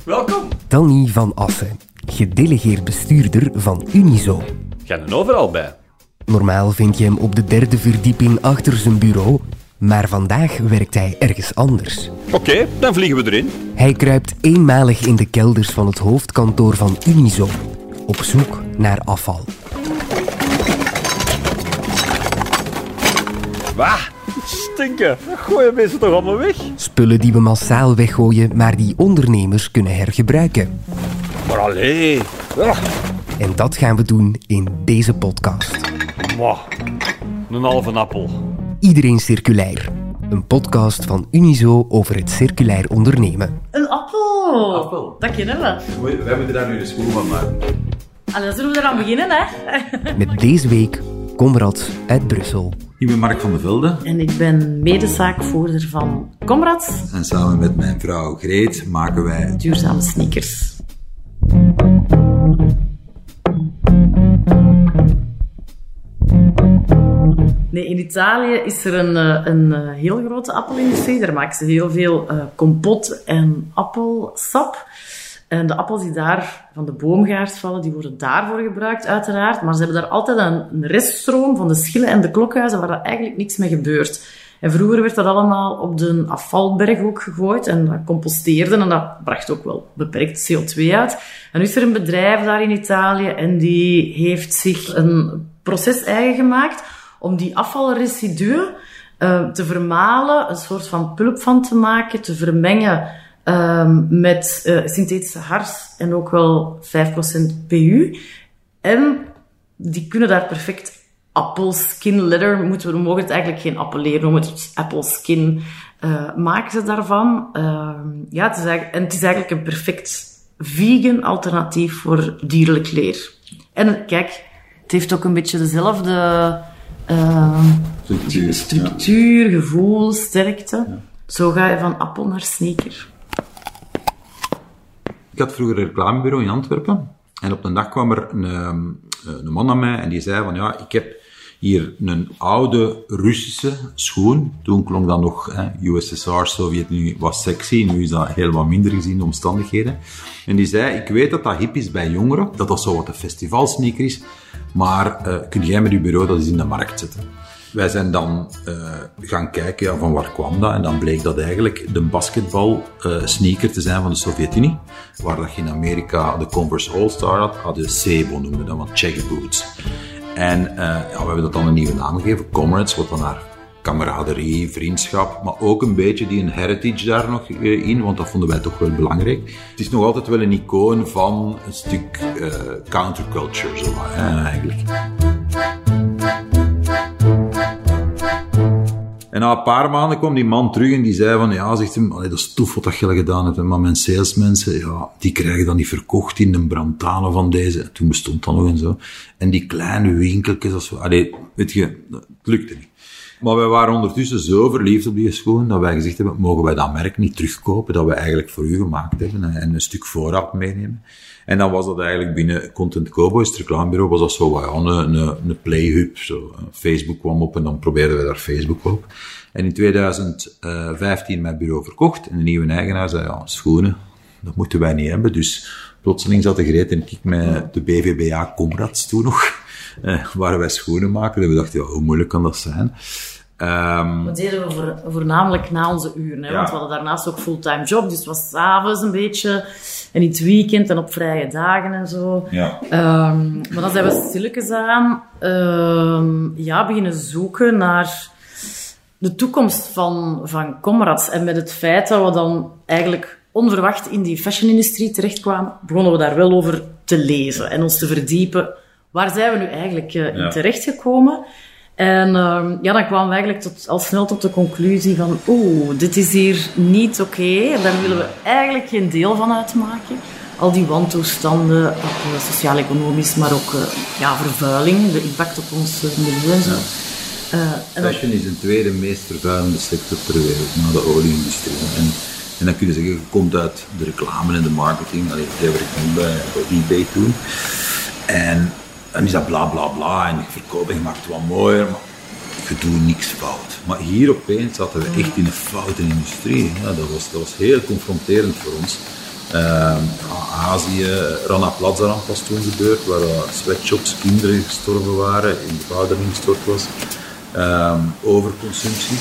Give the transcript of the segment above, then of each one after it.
Welkom. Danny van Assen, gedelegeerd bestuurder van Unizo. Ga er overal bij. Normaal vind je hem op de 3e verdieping achter zijn bureau, maar vandaag werkt hij ergens anders. Oké, dan vliegen we erin. Hij kruipt eenmalig in de kelders van het hoofdkantoor van Unizo, op zoek naar afval. Wah, stinken. Dat gooien mensen toch allemaal weg? Spullen die we massaal weggooien, maar die ondernemers kunnen hergebruiken. Maar allee. En dat gaan we doen in deze podcast. Mwah, een halve appel. Iedereen Circulair. Een podcast van Unizo over het circulair ondernemen. Een appel! Appel. Dat kennen we. Wij moeten daar nu de schoen van maken. Allee, zullen we eraan beginnen, hè? Met deze week Komrad uit Brussel. Ik ben Mark van de Velde En ik ben medezaakvoerder van Komrad, en samen met mijn vrouw Greet maken wij duurzame sneakers. Nee, in Italië is er een heel grote appelindustrie. Daar maken ze heel veel kompot en appelsap. En de appels die daar van de boomgaard vallen, die worden daarvoor gebruikt, uiteraard. Maar ze hebben daar altijd een reststroom van de schillen en de klokhuizen waar er eigenlijk niks mee gebeurt. En vroeger werd dat allemaal op de afvalberg ook gegooid en dat composteerden en dat bracht ook wel beperkt CO2 uit. En nu is er een bedrijf daar in Italië en die heeft zich een proces eigen gemaakt om die afvalresiduen te vermalen, een soort van pulp van te maken, te vermengen met synthetische hars en ook wel 5% PU. En die kunnen daar perfect appelskin leather, we mogen het eigenlijk geen appelleer noemen, het is appelskin, maken ze daarvan. Ja, het is eigenlijk een perfect vegan alternatief voor dierlijk leer. En kijk, het heeft ook een beetje dezelfde structuur, gevoel, sterkte. Ja. Zo ga je van appel naar sneaker. Ik had vroeger een reclamebureau in Antwerpen. En op een dag kwam er een man naar mij en die zei van ja, ik heb hier een oude Russische schoen. Toen klonk dat nog, USSR, Sovjet-Unie, was sexy. Nu is dat heel wat minder gezien de omstandigheden. En die zei, ik weet dat dat hip is bij jongeren, dat dat zo wat een festivalsneaker is. Maar kun jij met je bureau dat eens in de markt zetten? Wij zijn dan gaan kijken, ja, van waar kwam dat? En dan bleek dat eigenlijk de basketbal sneaker te zijn van de Sovjet-Unie. Waar dat je in Amerika de Converse All-Star had de Sebo noemde dat, van check boots. En we hebben dat dan een nieuwe naam gegeven, Comrades, wat dan naar kameraderie, vriendschap, maar ook een beetje die een heritage daar nog in, want dat vonden wij toch wel belangrijk. Het is nog altijd wel een icoon van een stuk counterculture, zo eigenlijk. En na een paar maanden kwam die man terug en die zei van, ja, zegt hem, dat is tof wat dat je gedaan hebt, maar mijn salesmensen, ja, die krijgen dan niet verkocht in de brandtalen van deze. En toen bestond dat nog en zo. En die kleine winkeltjes, weet je, het lukte niet. Maar wij waren ondertussen zo verliefd op die schoen, dat wij gezegd hebben, mogen wij dat merk niet terugkopen, dat we eigenlijk voor u gemaakt hebben, en een stuk voorraad meenemen. En dan was dat eigenlijk binnen Content Cowboys, het reclamebureau, was dat zo een playhub. Zo. Facebook kwam op en dan probeerden we daar Facebook op. En in 2015 mijn bureau verkocht en de nieuwe eigenaar zei, ja, schoenen, dat moeten wij niet hebben. Dus plotseling zat de Greet en ik met de BVBA Comrades toen nog, waar wij schoenen maken. En we dachten, ja, hoe moeilijk kan dat zijn? Dat deden we voornamelijk na onze uren, hè? Ja. Want we hadden daarnaast ook fulltime job, dus het was 's avonds een beetje, en in het weekend en op vrije dagen en zo. Ja. Maar dan zijn we stilletjes aan beginnen zoeken naar de toekomst van Comrades. En met het feit dat we dan eigenlijk onverwacht in die fashion-industrie terechtkwamen, begonnen we daar wel over te lezen en ons te verdiepen. Waar zijn we nu eigenlijk in terechtgekomen? En dan kwamen we eigenlijk al snel tot de conclusie van dit is hier niet oké. Daar willen we eigenlijk geen deel van uitmaken. Al die wantoestanden, sociaal-economisch, maar ook vervuiling, de impact op ons milieu en zo. Fashion is een tweede meest vervuilende sector ter wereld, na de olie-industrie. En dan kun je zeggen, je komt uit de reclame en de marketing. Dat werkte ik bij eBay toen. En dan is dat bla bla bla en je verkoopt en je maakt het wat mooier, maar je doet niks fout. Maar hier opeens zaten we echt in een foute industrie. Ja, dat was heel confronterend voor ons. Azië, Rana Plaza was toen gebeurd, waar sweatshops, kinderen gestorven waren, in de bouw dat ingestort was. Overconsumptie.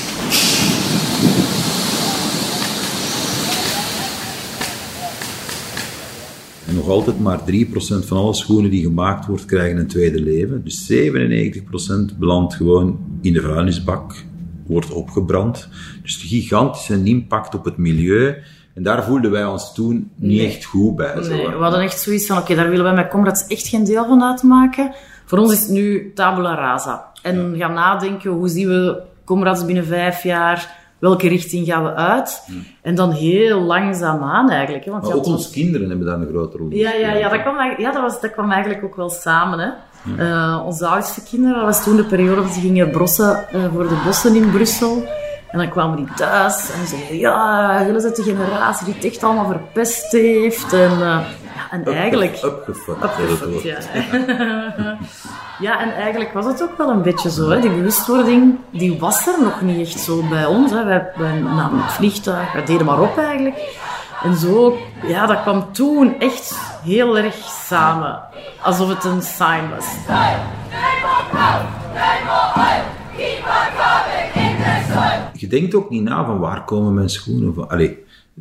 En nog altijd maar 3% van alle schoenen die gemaakt wordt, krijgen een tweede leven. Dus 97% belandt gewoon in de vuilnisbak, wordt opgebrand. Dus een gigantische impact op het milieu. En daar voelden wij ons toen niet echt goed bij. Nee, we hadden echt zoiets van, oké, daar willen wij met Comrades echt geen deel van uitmaken. Voor ons is het nu tabula rasa. En gaan nadenken, hoe zien we Comrades binnen 5 jaar? Welke richting gaan we uit? En dan heel langzaamaan eigenlijk. Hè, want maar ook onze kinderen hebben daar een grote rol in. Dat kwam eigenlijk ook wel samen. Hè. Onze oudste kinderen, dat was toen de periode dat ze gingen brossen voor de bossen in Brussel. En dan kwamen die thuis en zeiden, ja, jullie zijn de generatie die het echt allemaal verpest heeft. En eigenlijk... Opgefokt, ja. Ja, en eigenlijk was het ook wel een beetje zo. Hè. Die bewustwording, die was er nog niet echt zo bij ons. Hè. Wij namen het vliegtuig, wij deden maar op eigenlijk. En zo, ja, dat kwam toen echt heel erg samen. Alsof het een sign was. Je denkt ook niet na van waar komen mijn schoenen van. Allee,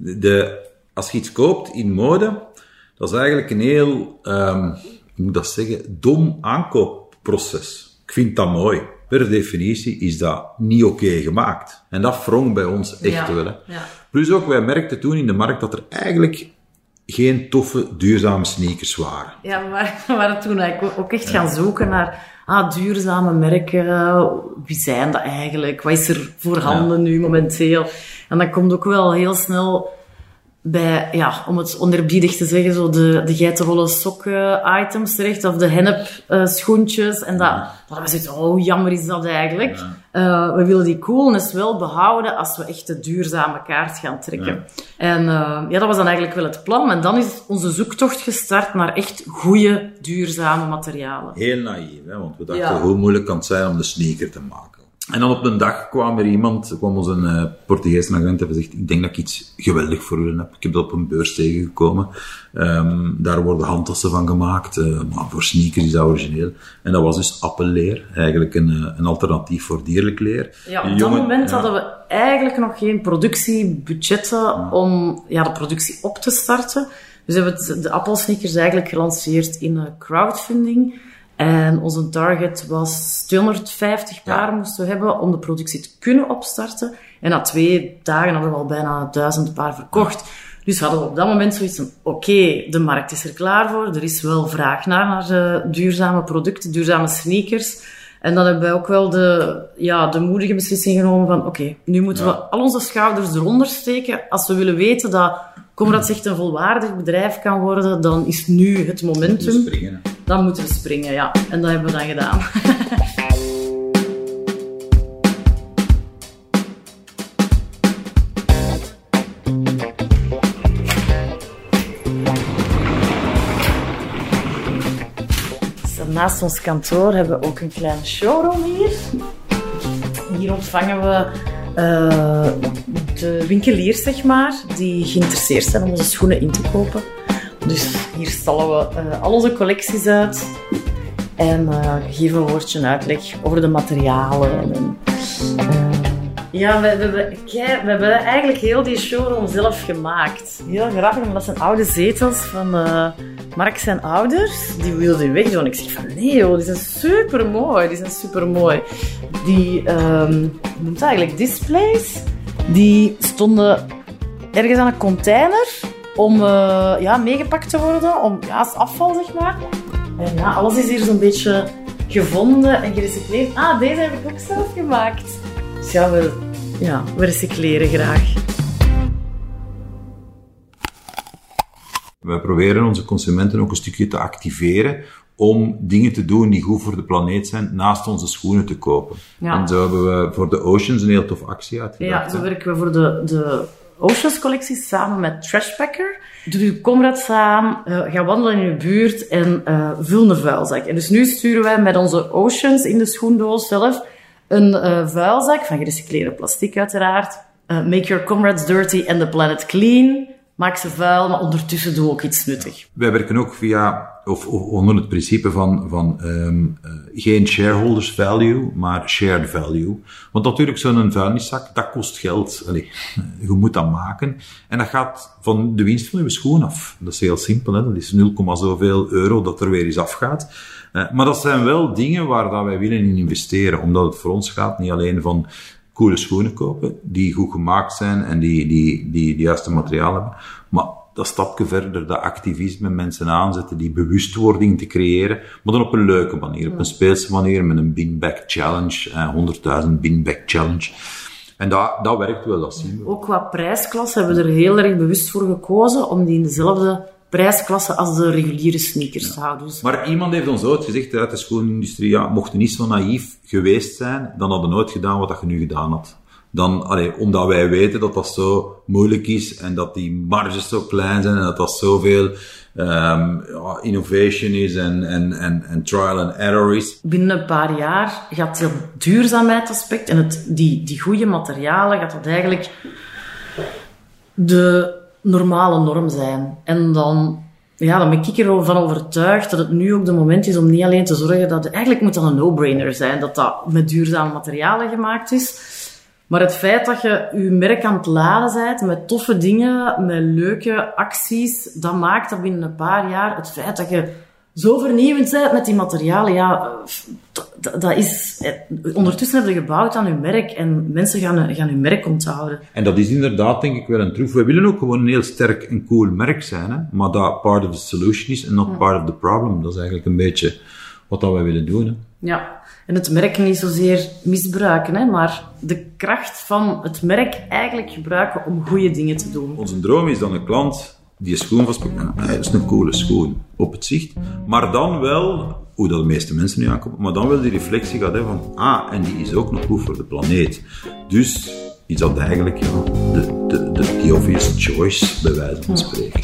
als je iets koopt in mode, dat is eigenlijk een heel, hoe moet ik dat zeggen, dom aankoopproces. Ik vind dat mooi. Per definitie is dat niet oké gemaakt. En dat wrong bij ons echt wel. Hè. Ja. Plus ook, wij merkten toen in de markt dat er eigenlijk geen toffe, duurzame sneakers waren. Ja, we waren toen eigenlijk ook echt gaan zoeken naar duurzame merken. Wie zijn dat eigenlijk? Wat is er voorhanden nu momenteel? En dat komt ook wel heel snel bij, ja, om het onerbiedig te zeggen, zo de geitenwolle sokken items terecht, of de hennep schoentjes. En dat we zoiets, hoe jammer is dat eigenlijk? Ja. We willen die coolness wel behouden als we echt de duurzame kaart gaan trekken. Ja. En dat was dan eigenlijk wel het plan. En dan is onze zoektocht gestart naar echt goede, duurzame materialen. Heel naïef, hè? Want we dachten, hoe moeilijk kan het zijn om de sneaker te maken? En dan op een dag kwam ons een Portugese agent en gezegd, ik denk dat ik iets geweldig voor jullie heb. Ik heb dat op een beurs tegengekomen. Daar worden handtassen van gemaakt, maar voor sneakers is dat origineel. En dat was dus appelleer, eigenlijk een alternatief voor dierlijk leer. Ja, op dat moment hadden we eigenlijk nog geen productiebudgetten om de productie op te starten. Dus hebben we de appelsneakers eigenlijk gelanceerd in crowdfunding. En onze target was 250 paar moesten we hebben om de productie te kunnen opstarten. En na 2 dagen hadden we al bijna 1000 paar verkocht. Dus hadden we op dat moment zoiets van, oké, de markt is er klaar voor. Er is wel vraag naar duurzame producten, duurzame sneakers. En dan hebben wij ook wel de moedige beslissing genomen van, oké, nu moeten we al onze schouders eronder steken. Als we willen weten dat Comrades echt een volwaardig bedrijf kan worden, dan is nu het momentum. Dan moeten we springen, ja. En dat hebben we dan gedaan. Naast ons kantoor hebben we ook een kleine showroom hier. Hier ontvangen we de winkeliers, zeg maar, die geïnteresseerd zijn om onze schoenen in te kopen. Dus hier stallen we al onze collecties uit en geven een woordje uitleg over de materialen. We hebben eigenlijk heel die showroom zelf gemaakt. Heel grappig, maar dat zijn oude zetels van Mark zijn ouders. Die wilden die wegdoen. Ik zeg van nee joh, die zijn supermooi. Die, hoe noemt dat eigenlijk, displays, die stonden ergens aan een container om meegepakt te worden, als afval zeg maar. En alles is hier zo'n beetje gevonden en gerecycleerd. Deze heb ik ook zelf gemaakt. Dus we recycleren graag. Wij proberen onze consumenten ook een stukje te activeren om dingen te doen die goed voor de planeet zijn, naast onze schoenen te kopen. Ja. En zo hebben we voor de Oceans een heel tof actie uitgedacht. Ja, zo werken we voor de Oceans-collectie samen met Trashpacker. Doe je Comrades aan, ga wandelen in je buurt en vul een vuilzak. En dus nu sturen wij met onze Oceans in de schoendoos zelf een vuilzak van gerecycleerde plastic uiteraard. Make your comrades dirty and the planet clean. maak ze vuil, maar ondertussen doe ook iets nuttig. Wij werken ook onder het principe van geen shareholders value, maar shared value. Want natuurlijk, zo'n vuilniszak, dat kost geld. Allee, je moet dat maken. En dat gaat van de winst van je schoen af. Dat is heel simpel, hè. Dat is 0, zoveel euro dat er weer eens afgaat. Maar dat zijn wel dingen waar dat wij willen in investeren, omdat het voor ons gaat niet alleen van coole schoenen kopen, die goed gemaakt zijn en die juiste materiaal hebben, maar dat stapje verder, dat activisme, mensen aanzetten, die bewustwording te creëren, maar dan op een leuke manier, op een speelse manier, met een bin-bag challenge, 100.000 bin-bag challenge. En dat werkt wel, dat zien we. Ook qua prijsklasse hebben we er heel erg bewust voor gekozen om die in dezelfde prijsklasse als de reguliere sneakers te houden. Dus... Maar iemand heeft ons ooit gezegd uit de schoenindustrie, mocht je niet zo naïef geweest zijn, dan had je nooit gedaan wat je nu gedaan had. Omdat wij weten dat dat zo moeilijk is en dat die marges zo klein zijn en dat dat zoveel innovation is en trial and error is. Binnen een paar jaar gaat het duurzaamheidsaspect en die goede materialen gaat dat eigenlijk de normale norm zijn. En dan ben ik ervan overtuigd dat het nu ook de moment is om niet alleen te zorgen dat... Eigenlijk moet dat een no-brainer zijn, dat met duurzame materialen gemaakt is. Maar het feit dat je je merk aan het laden bent met toffe dingen, met leuke acties, dat maakt dat binnen een paar jaar het feit dat je zo vernieuwend bent met die materialen, dat is... Ondertussen heb je gebouwd aan je merk en mensen gaan je merk onthouden. En dat is inderdaad, denk ik, wel een troef. We willen ook gewoon een heel sterk en cool merk zijn, hè? Maar dat part of the solution is en not part of the problem. Dat is eigenlijk een beetje wat dat wij willen doen. Hè? Ja, en het merk niet zozeer misbruiken, hè, maar de kracht van het merk eigenlijk gebruiken om goede dingen te doen. Onze droom is dan een klant die een schoen vastpakt. Dat is een coole schoen op het zicht. Maar dan wel, hoe dat de meeste mensen nu aankomen, maar dan wel die reflectie gaat hebben van, en die is ook nog goed voor de planeet. Dus is dat eigenlijk the obvious choice, bij wijze van spreken.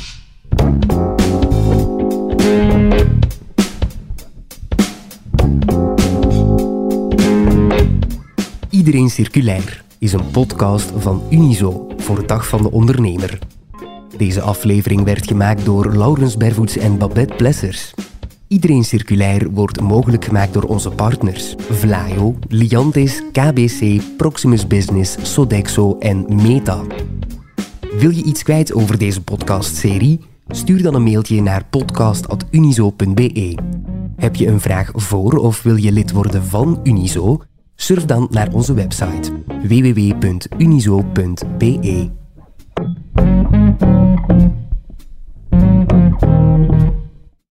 Iedereen Circulair is een podcast van Unizo voor Dag van de Ondernemer. Deze aflevering werd gemaakt door Laurens Bervoets en Babette Plessers. Iedereen Circulair wordt mogelijk gemaakt door onze partners Vlaio, Liantis, KBC, Proximus Business, Sodexo en Meta. Wil je iets kwijt over deze podcastserie? Stuur dan een mailtje naar podcast@unizo.be. Heb je een vraag voor of wil je lid worden van Unizo? Surf dan naar onze website www.unizo.be.